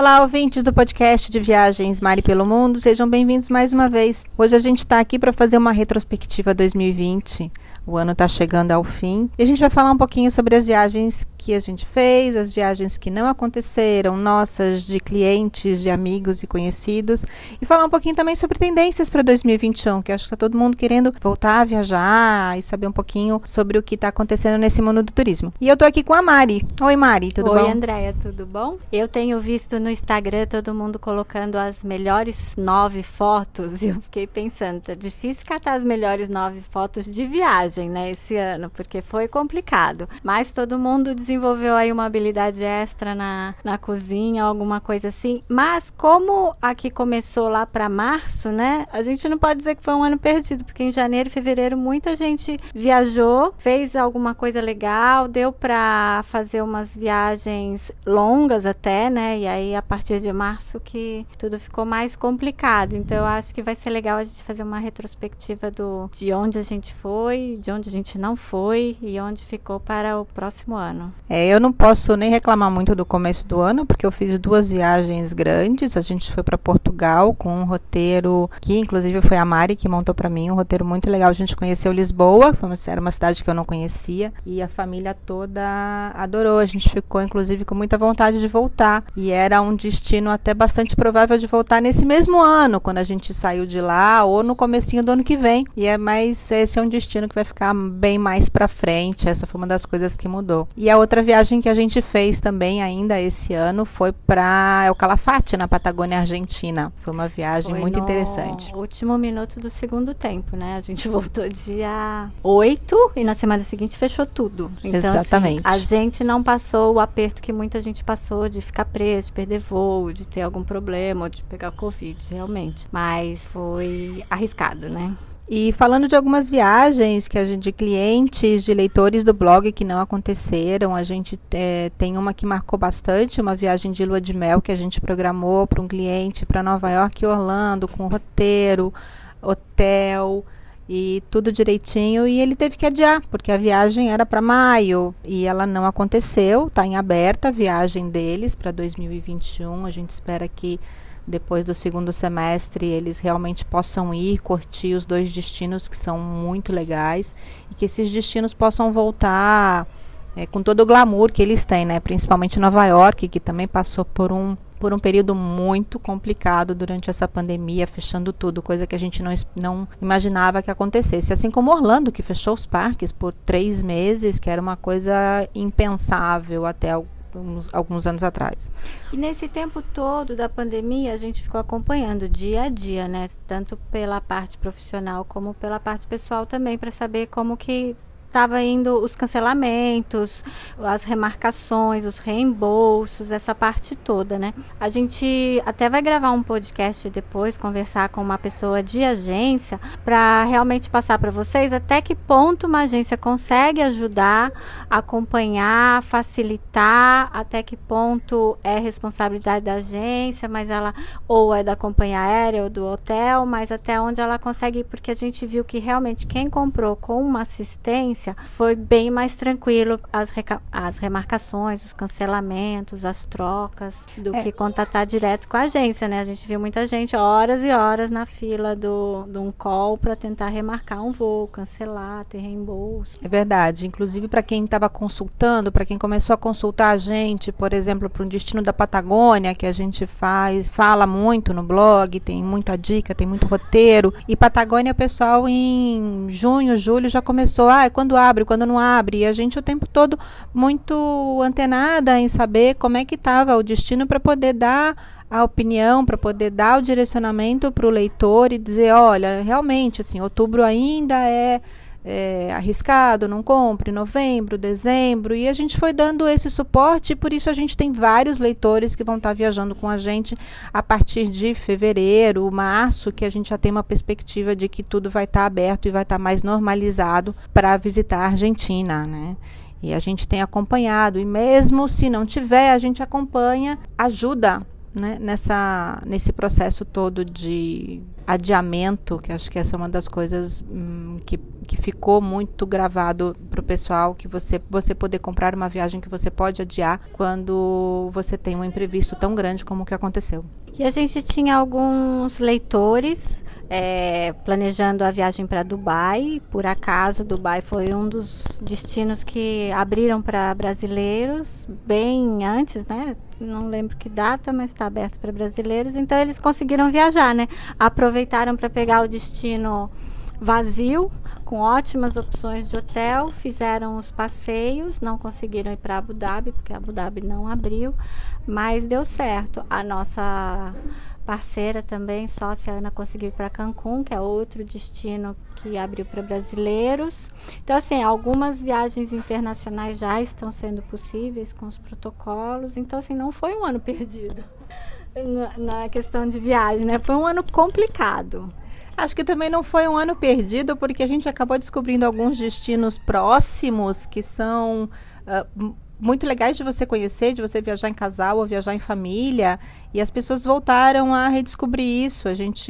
Olá, ouvintes do podcast de viagens Mari pelo Mundo, sejam bem-vindos mais uma vez. Hoje a gente está aqui para fazer uma retrospectiva 2020. O ano está chegando ao fim e a gente vai falar um pouquinho sobre as viagens que a gente fez, as viagens que não aconteceram, nossas, de clientes, de amigos e conhecidos, e falar um pouquinho também sobre tendências para 2021, que acho que está todo mundo querendo voltar a viajar e saber um pouquinho sobre o que está acontecendo nesse mundo do turismo. E eu tô aqui com a Mari. Oi, Mari, tudo bom? Oi, Andréia, tudo bom? Eu tenho visto no Instagram todo mundo colocando as melhores 9 fotos e eu fiquei pensando, tá difícil catar as melhores 9 fotos de viagem, né, esse ano, porque foi complicado. Mas todo mundo desenvolveu aí uma habilidade extra na cozinha, alguma coisa assim. Mas como aqui começou lá para março, né, a gente não pode dizer que foi um ano perdido, porque em janeiro e fevereiro muita gente viajou, fez alguma coisa legal, deu para fazer umas viagens longas até, né, e aí a partir de março que tudo ficou mais complicado. Então eu acho que vai ser legal a gente fazer uma retrospectiva de onde a gente foi, de onde a gente não foi e onde ficou para o próximo ano. Eu não posso nem reclamar muito do começo do ano, porque eu fiz 2 viagens grandes. A gente foi para Portugal com um roteiro que, inclusive, foi a Mari que montou para mim, um roteiro muito legal. A gente conheceu Lisboa, era uma cidade que eu não conhecia, e a família toda adorou. A gente ficou, inclusive, com muita vontade de voltar, e era um destino até bastante provável de voltar nesse mesmo ano, quando a gente saiu de lá, ou no comecinho do ano que vem. Mas esse é um destino que vai ficar bem mais para frente. Essa foi uma das coisas que mudou. E a outra viagem que a gente fez também ainda esse ano foi para El Calafate, na Patagônia Argentina. Foi uma viagem muito interessante. No último minuto do segundo tempo, né? A gente voltou dia 8 e na semana seguinte fechou tudo. Então, exatamente. Assim, a gente não passou o aperto que muita gente passou de ficar preso, de perder voo, de ter algum problema ou de pegar Covid, realmente. Mas foi arriscado, né? E falando de algumas viagens que de clientes, de leitores do blog que não aconteceram, a gente tem uma que marcou bastante, uma viagem de lua de mel que a gente programou para um cliente para Nova York e Orlando, com roteiro, hotel e tudo direitinho, e ele teve que adiar, porque a viagem era para maio e ela não aconteceu. Está em aberta a viagem deles para 2021, a gente espera que depois do segundo semestre eles realmente possam ir, curtir os 2 destinos que são muito legais, e que esses destinos possam voltar com todo o glamour que eles têm, né? Principalmente Nova York, que também passou por um período muito complicado durante essa pandemia, fechando tudo, coisa que a gente não imaginava que acontecesse. Assim como Orlando, que fechou os parques por 3 meses, que era uma coisa impensável até alguns anos atrás. E nesse tempo todo da pandemia, a gente ficou acompanhando dia a dia, né? Tanto pela parte profissional como pela parte pessoal também, para saber como que estava indo os cancelamentos, as remarcações, os reembolsos, essa parte toda, né? A gente até vai gravar um podcast depois, conversar com uma pessoa de agência, para realmente passar para vocês até que ponto uma agência consegue ajudar, acompanhar, facilitar, até que ponto é responsabilidade da agência, mas ela ou é da companhia aérea ou do hotel, mas até onde ela consegue, porque a gente viu que realmente quem comprou com uma assistência foi bem mais tranquilo as remarcações, os cancelamentos, as trocas, do que contatar direto com a agência, né? A gente viu muita gente horas e horas na fila de um call para tentar remarcar um voo, cancelar, ter reembolso. É verdade. Inclusive para quem estava consultando, para quem começou a consultar a gente, por exemplo, para um destino da Patagônia, que a gente fala muito no blog, tem muita dica, tem muito roteiro. E Patagônia, o pessoal em junho, julho já começou, quando abre, quando não abre, e a gente o tempo todo muito antenada em saber como é que estava o destino para poder dar a opinião, para poder dar o direcionamento para o leitor e dizer, olha, realmente, assim, outubro ainda é arriscado, não compre, novembro, dezembro, e a gente foi dando esse suporte, e por isso a gente tem vários leitores que vão estar viajando com a gente a partir de fevereiro, março, que a gente já tem uma perspectiva de que tudo vai estar aberto e vai estar mais normalizado para visitar a Argentina, né? E a gente tem acompanhado, e mesmo se não tiver, a gente acompanha, ajuda né, nesse processo todo de adiamento, que acho que essa é uma das coisas que ficou muito gravado para o pessoal, que você poder comprar uma viagem que você pode adiar quando você tem um imprevisto tão grande como o que aconteceu. E a gente tinha alguns leitores planejando a viagem para Dubai. Por acaso, Dubai foi um dos destinos que abriram para brasileiros bem antes, né? Não lembro que data, mas está aberto para brasileiros. Então eles conseguiram viajar, né? Aproveitaram para pegar o destino vazio, com ótimas opções de hotel, fizeram os passeios, não conseguiram ir para Abu Dhabi, porque Abu Dhabi não abriu, mas deu certo. A nossa parceira também, sócia Ana, conseguiu ir para Cancún, que é outro destino que abriu para brasileiros. Então, assim, algumas viagens internacionais já estão sendo possíveis com os protocolos. Então, assim, não foi um ano perdido na questão de viagem, né? Foi um ano complicado. Acho que também não foi um ano perdido, porque a gente acabou descobrindo alguns destinos próximos que são muito legais de você conhecer, de você viajar em casal ou viajar em família, e as pessoas voltaram a redescobrir isso.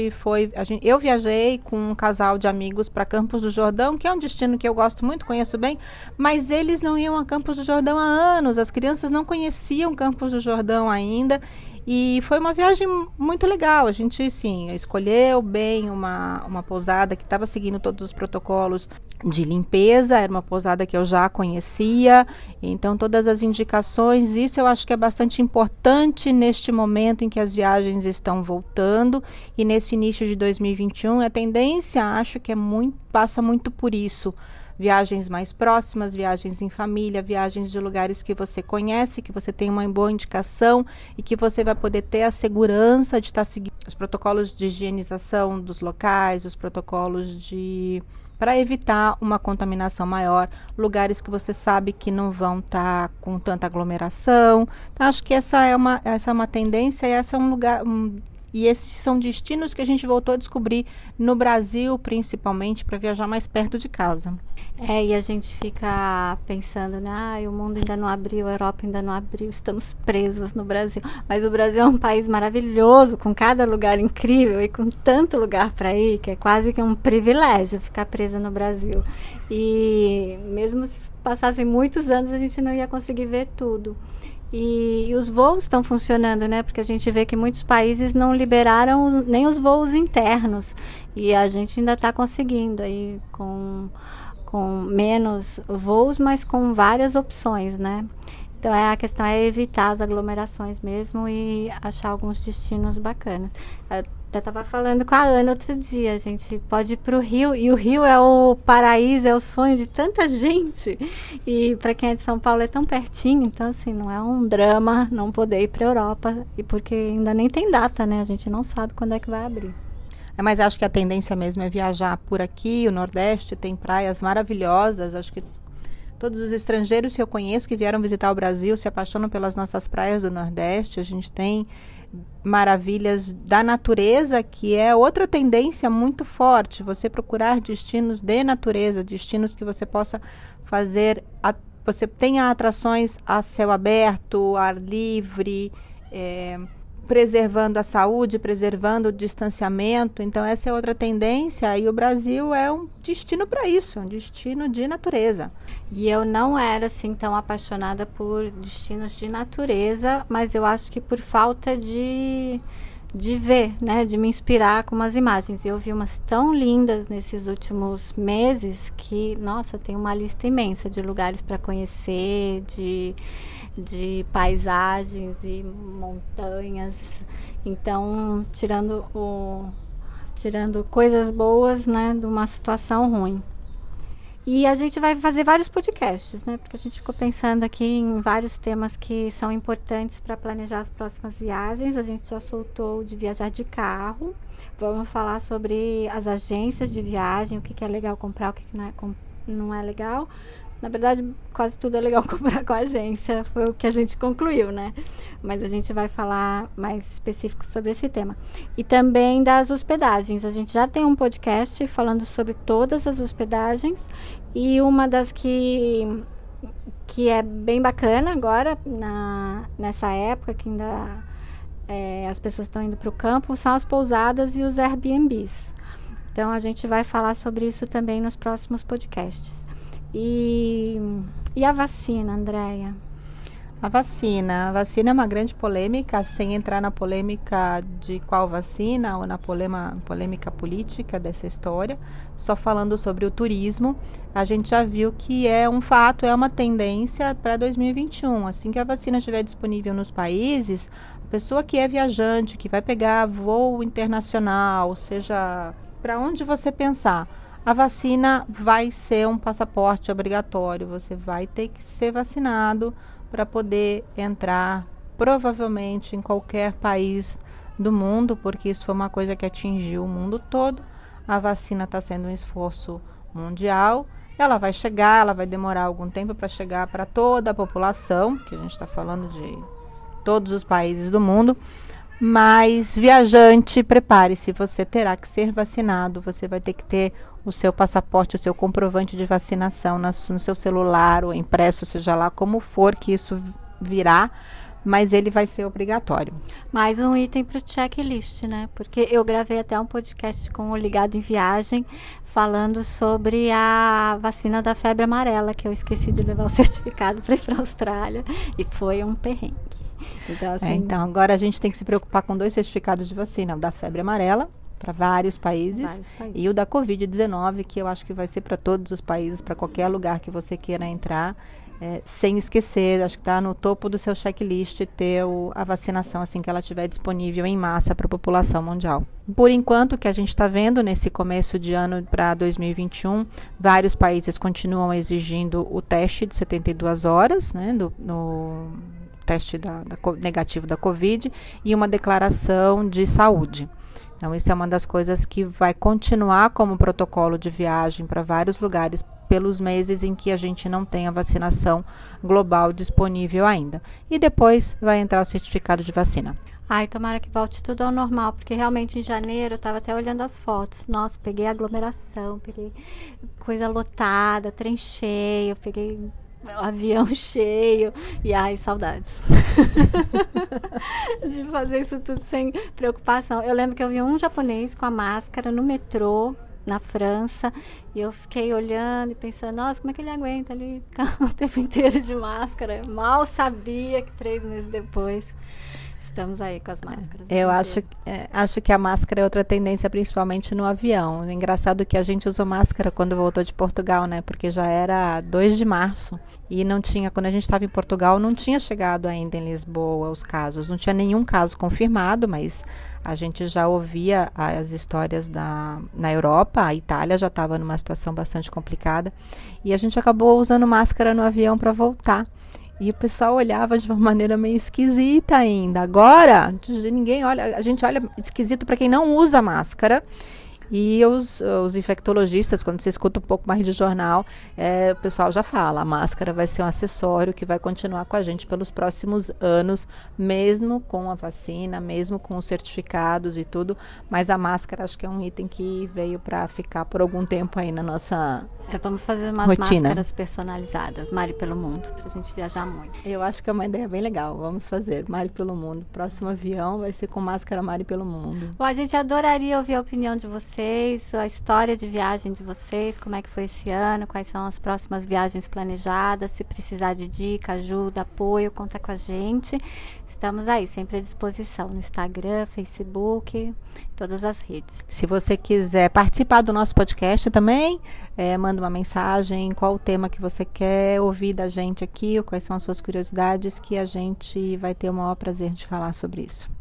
Eu viajei com um casal de amigos para Campos do Jordão, que é um destino que eu gosto muito, conheço bem, mas eles não iam a Campos do Jordão há anos, as crianças não conheciam Campos do Jordão ainda, e foi uma viagem muito legal. A gente, sim, escolheu bem uma pousada que estava seguindo todos os protocolos de limpeza, era uma pousada que eu já conhecia, então todas as indicações, isso eu acho que é bastante importante neste momento em que as viagens estão voltando, e nesse início de 2021, a tendência, acho que passa muito por isso. Viagens mais próximas, viagens em família, viagens de lugares que você conhece, que você tem uma boa indicação e que você vai poder ter a segurança de estar seguindo os protocolos de higienização dos locais, os protocolos para evitar uma contaminação maior, lugares que você sabe que não vão estar com tanta aglomeração. Então, acho que essa é uma tendência, e essa é um lugar. E esses são destinos que a gente voltou a descobrir no Brasil, principalmente, para viajar mais perto de casa. E a gente fica pensando, né? O mundo ainda não abriu, a Europa ainda não abriu, estamos presos no Brasil. Mas o Brasil é um país maravilhoso, com cada lugar incrível e com tanto lugar para ir, que é quase que um privilégio ficar presa no Brasil. E mesmo se passassem muitos anos, a gente não ia conseguir ver tudo. E os voos estão funcionando, né? Porque a gente vê que muitos países não liberaram nem os voos internos. E a gente ainda está conseguindo aí com menos voos, mas com várias opções, né? Então a questão é evitar as aglomerações mesmo e achar alguns destinos bacanas. Eu estava falando com a Ana outro dia, a gente pode ir para o Rio, e o Rio é o paraíso, é o sonho de tanta gente, e para quem é de São Paulo é tão pertinho, então assim, não é um drama não poder ir para a Europa, e porque ainda nem tem data, né, a gente não sabe quando é que vai abrir. Mas acho que a tendência mesmo é viajar por aqui. O Nordeste tem praias maravilhosas, acho que todos os estrangeiros que eu conheço que vieram visitar o Brasil se apaixonam pelas nossas praias do Nordeste. A gente tem maravilhas da natureza, que é outra tendência muito forte. Você procurar destinos de natureza, destinos que você possa fazer, você tenha atrações a céu aberto, ar livre, preservando a saúde, preservando o distanciamento. Então essa é outra tendência, e o Brasil é um destino para isso, um destino de natureza. E eu não era assim tão apaixonada por destinos de natureza, mas eu acho que por falta de ver, né, de me inspirar com umas imagens. Eu vi umas tão lindas nesses últimos meses que, nossa, tem uma lista imensa de lugares para conhecer, de paisagens e montanhas. Então, tirando coisas boas, né, de uma situação ruim. E a gente vai fazer vários podcasts, né? Porque a gente ficou pensando aqui em vários temas que são importantes para planejar as próximas viagens. A gente já soltou de viajar de carro. Vamos falar sobre as agências de viagem, o que é legal comprar, o que não é legal. Na verdade, quase tudo é legal comprar com a agência, foi o que a gente concluiu, né? Mas a gente vai falar mais específico sobre esse tema. E também das hospedagens. A gente já tem um podcast falando sobre todas as hospedagens, e uma das que é bem bacana agora, nessa época que ainda as pessoas estão indo para o campo são as pousadas e os Airbnbs. Então a gente vai falar sobre isso também nos próximos podcasts. E a vacina, Andréia? A vacina é uma grande polêmica, sem entrar na polêmica de qual vacina ou na polêmica política dessa história, só falando sobre o turismo, a gente já viu que é um fato, é uma tendência para 2021. Assim que a vacina estiver disponível nos países, a pessoa que é viajante, que vai pegar voo internacional, seja para onde você pensar, a vacina vai ser um passaporte obrigatório, você vai ter que ser vacinado para poder entrar provavelmente em qualquer país do mundo, porque isso foi uma coisa que atingiu o mundo todo. A vacina está sendo um esforço mundial, ela vai chegar, ela vai demorar algum tempo para chegar para toda a população, que a gente está falando de todos os países do mundo, mas viajante, prepare-se, você terá que ser vacinado, você vai ter que ter o seu passaporte, o seu comprovante de vacinação no seu celular ou impresso, seja lá como for que isso virá, mas ele vai ser obrigatório. Mais um item para o checklist, né? Porque eu gravei até um podcast com o Ligado em Viagem falando sobre a vacina da febre amarela, que eu esqueci de levar o certificado para ir para a Austrália e foi um perrengue. Então, assim, então agora a gente tem que se preocupar com 2 certificados de vacina, o da febre amarela para vários países e o da Covid-19, que eu acho que vai ser para todos os países, para qualquer lugar que você queira entrar, sem esquecer, acho que está no topo do seu checklist ter a vacinação assim que ela estiver disponível em massa para a população mundial. Por enquanto, o que a gente está vendo nesse começo de ano para 2021, vários países continuam exigindo o teste de 72 horas, né, no teste negativo da Covid e uma declaração de saúde. Então, isso é uma das coisas que vai continuar como protocolo de viagem para vários lugares pelos meses em que a gente não tem a vacinação global disponível ainda. E depois vai entrar o certificado de vacina. Ai, tomara que volte tudo ao normal, porque realmente em janeiro eu estava até olhando as fotos. Nossa, peguei aglomeração, peguei coisa lotada, trem cheio, peguei avião cheio e ai, saudades de fazer isso tudo sem preocupação. Eu lembro que eu vi um japonês com a máscara no metrô na França e eu fiquei olhando e pensando, nossa, como é que ele aguenta ali ficar o tempo inteiro de máscara? Eu mal sabia que 3 meses depois estamos aí com as máscaras. Eu acho que a máscara é outra tendência, principalmente no avião. É engraçado que a gente usou máscara quando voltou de Portugal, né? Porque já era 2 de março e não tinha, quando a gente estava em Portugal, não tinha chegado ainda em Lisboa os casos. Não tinha nenhum caso confirmado, mas a gente já ouvia as histórias na Europa. A Itália já estava numa situação bastante complicada e a gente acabou usando máscara no avião para voltar. E o pessoal olhava de uma maneira meio esquisita ainda. Agora, ninguém olha, a gente olha esquisito para quem não usa máscara. E os infectologistas, quando você escuta um pouco mais de jornal, o pessoal já fala, a máscara vai ser um acessório que vai continuar com a gente pelos próximos anos, mesmo com a vacina, mesmo com os certificados e tudo, mas a máscara acho que é um item que veio para ficar por algum tempo aí na nossa vamos fazer umas rotina. Máscaras personalizadas, Mari pelo Mundo, pra gente viajar muito. Eu acho que é uma ideia bem legal, vamos fazer, Mari pelo Mundo. Próximo avião vai ser com máscara Mari pelo Mundo. Bom, a gente adoraria ouvir a opinião de vocês, a história de viagem de vocês, como é que foi esse ano, quais são as próximas viagens planejadas, se precisar de dica, ajuda, apoio, conta com a gente. Estamos aí, sempre à disposição no Instagram, Facebook, todas as redes. Se você quiser participar do nosso podcast também, manda uma mensagem, qual o tema que você quer ouvir da gente aqui, ou quais são as suas curiosidades, que a gente vai ter o maior prazer de falar sobre isso.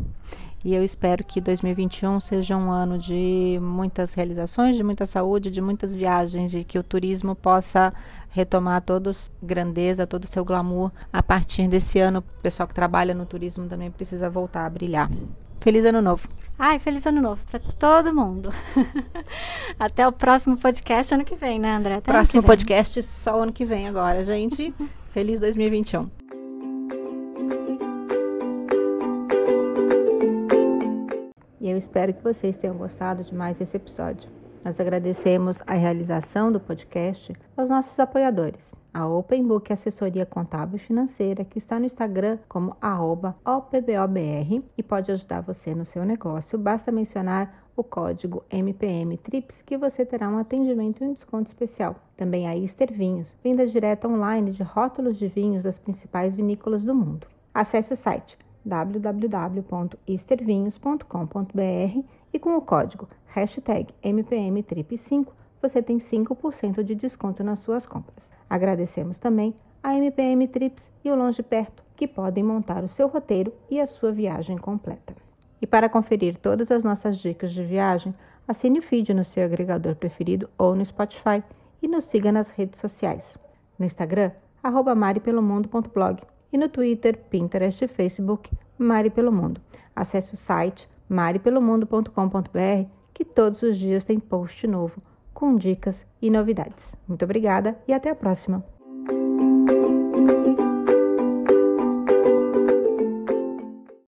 E eu espero que 2021 seja um ano de muitas realizações, de muita saúde, de muitas viagens, e que o turismo possa retomar grandeza, todo o seu glamour. A partir desse ano, o pessoal que trabalha no turismo também precisa voltar a brilhar. Feliz Ano Novo! Ai, feliz Ano Novo para todo mundo! Até o próximo podcast ano que vem, né, André? Até próximo podcast só ano que vem agora, gente. Feliz 2021! E eu espero que vocês tenham gostado de mais esse episódio. Nós agradecemos a realização do podcast aos nossos apoiadores. A Open Book Assessoria Contábil e Financeira, que está no Instagram como @opbobr e pode ajudar você no seu negócio. Basta mencionar o código MPM-TRIPS que você terá um atendimento e um desconto especial. Também a Easter Vinhos, venda direta online de rótulos de vinhos das principais vinícolas do mundo. Acesse o site www.eastervinhos.com.br e com o código #MPMTRIP5 você tem 5% de desconto nas suas compras. Agradecemos também a MPM Trips e o Longe Perto, que podem montar o seu roteiro e a sua viagem completa. E para conferir todas as nossas dicas de viagem, assine o feed no seu agregador preferido ou no Spotify e nos siga nas redes sociais. No Instagram, @maripelomundo.blog e no Twitter, Pinterest e Facebook, Mari Pelo Mundo. Acesse o site maripelomundo.com.br que todos os dias tem post novo com dicas e novidades. Muito obrigada e até a próxima!